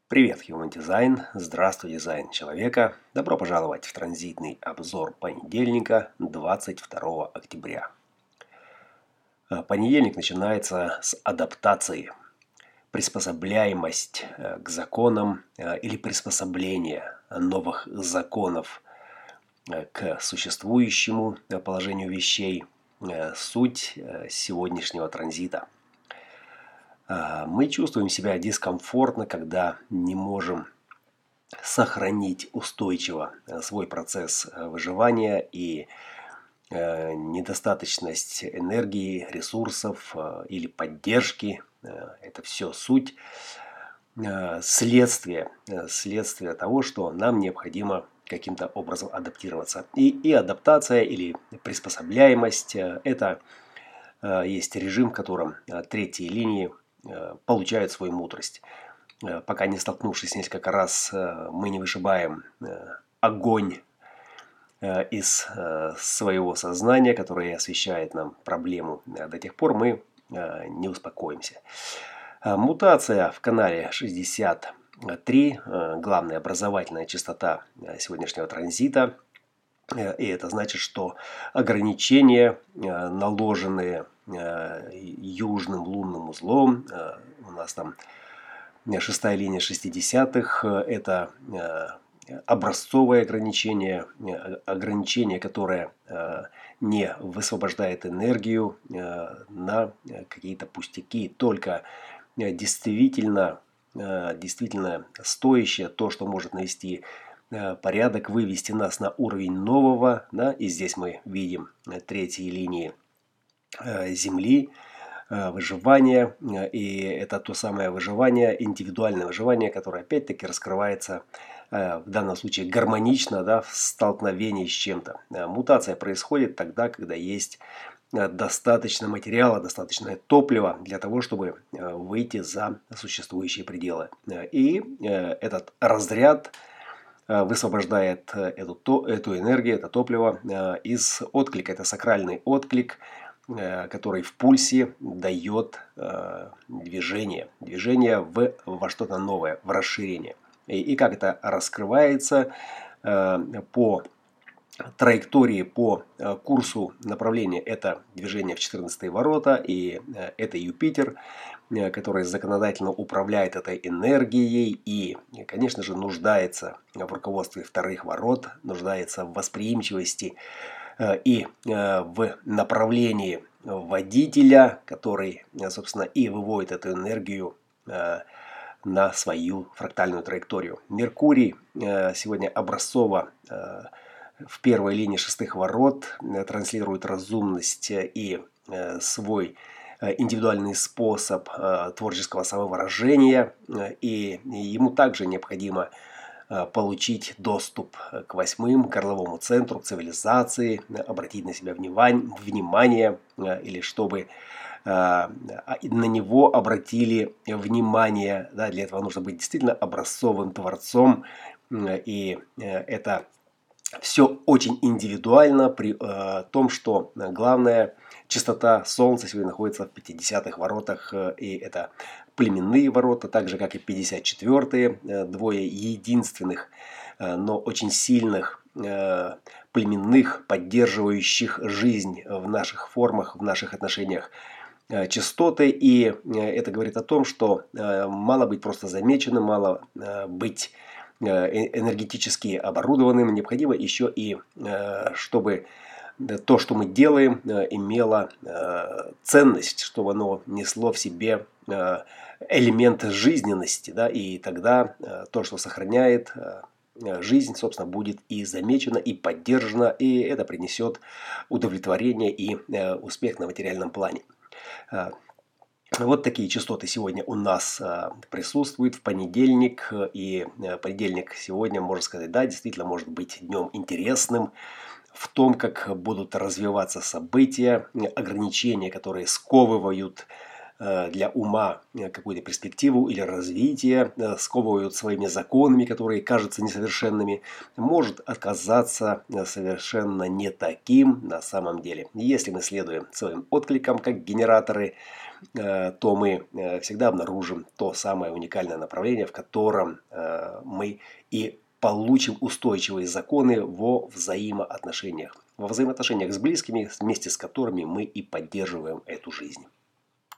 Привет, Human Design. Здравствуй, дизайн человека. Добро пожаловать в транзитный обзор понедельника, 22 октября. Понедельник начинается с адаптации, приспособляемость к законам или приспособление новых законов к существующему положению вещей. Суть сегодняшнего транзита. Мы чувствуем себя дискомфортно, когда не можем сохранить устойчиво свой процесс выживания и недостаточность энергии, ресурсов или поддержки. Это все суть следствие того, что нам необходимо каким-то образом адаптироваться. И адаптация или приспособляемость это есть режим, в котором третьи линии получают свою мудрость. Пока не столкнувшись несколько раз, мы не вышибаем огонь из своего сознания, которое освещает нам проблему. До тех пор мы не успокоимся. Мутация в канале 63, главная образовательная частота сегодняшнего транзита. И это значит, что ограничения, наложенные южным лунным узлом, у нас там шестая линия 60-х, это образцовое ограничение, которое не высвобождает энергию на какие-то пустяки, только действительно стоящее, то, что может навести порядок, вывести нас на уровень нового, да, и здесь мы видим третьи линии Земли, выживание, и это то самое выживание, индивидуальное выживание, которое опять-таки раскрывается в данном случае гармонично, да, в столкновении с чем-то. Мутация происходит тогда, когда есть достаточно материала, достаточное топлива для того, чтобы выйти за существующие пределы. И этот разряд высвобождает эту энергию, это топливо из отклика. Это сакральный отклик, который в пульсе дает движение во что-то новое, в расширение. И как это раскрывается по траектории, по курсу направления, это движение в 14 ворота, и это Юпитер, который законодательно управляет этой энергией и, конечно же, нуждается в руководстве вторых ворот, нуждается в восприимчивости и в направлении водителя, который, собственно, и выводит эту энергию на свою фрактальную траекторию. Меркурий сегодня образцово в первой линии шестых ворот транслирует разумность и свой индивидуальный способ творческого самовыражения, и ему также необходимо получить доступ к восьмым, к горловому центру, к цивилизации, обратить на себя внимание, или чтобы на него обратили внимание. Да, для этого нужно быть действительно образцовым творцом, и это все очень индивидуально, при том, что главная частота Солнца сегодня находится в 50-х воротах, и это племенные ворота, так же как и 54-е, двое единственных, но очень сильных племенных, поддерживающих жизнь в наших формах, в наших отношениях частоты. И это говорит о том, что мало быть просто замеченным, мало быть энергетически оборудованным, необходимо еще и, чтобы то, что мы делаем, имело ценность, чтобы оно несло в себе элемент жизненности, да, и тогда то, что сохраняет жизнь, собственно, будет и замечено, и поддержано, и это принесет удовлетворение и успех на материальном плане. Вот такие частоты сегодня у нас присутствуют в понедельник. И понедельник сегодня, можно сказать, да, действительно может быть днем интересным в том, как будут развиваться события, ограничения, которые сковывают для ума какую-то перспективу или развитие, сковывают своими законами, которые кажутся несовершенными, может оказаться совершенно не таким на самом деле. Если мы следуем своим откликам, как генераторы то мы всегда обнаружим то самое уникальное направление, в котором мы и получим устойчивые законы во взаимоотношениях. Во взаимоотношениях с близкими, вместе с которыми мы и поддерживаем эту жизнь.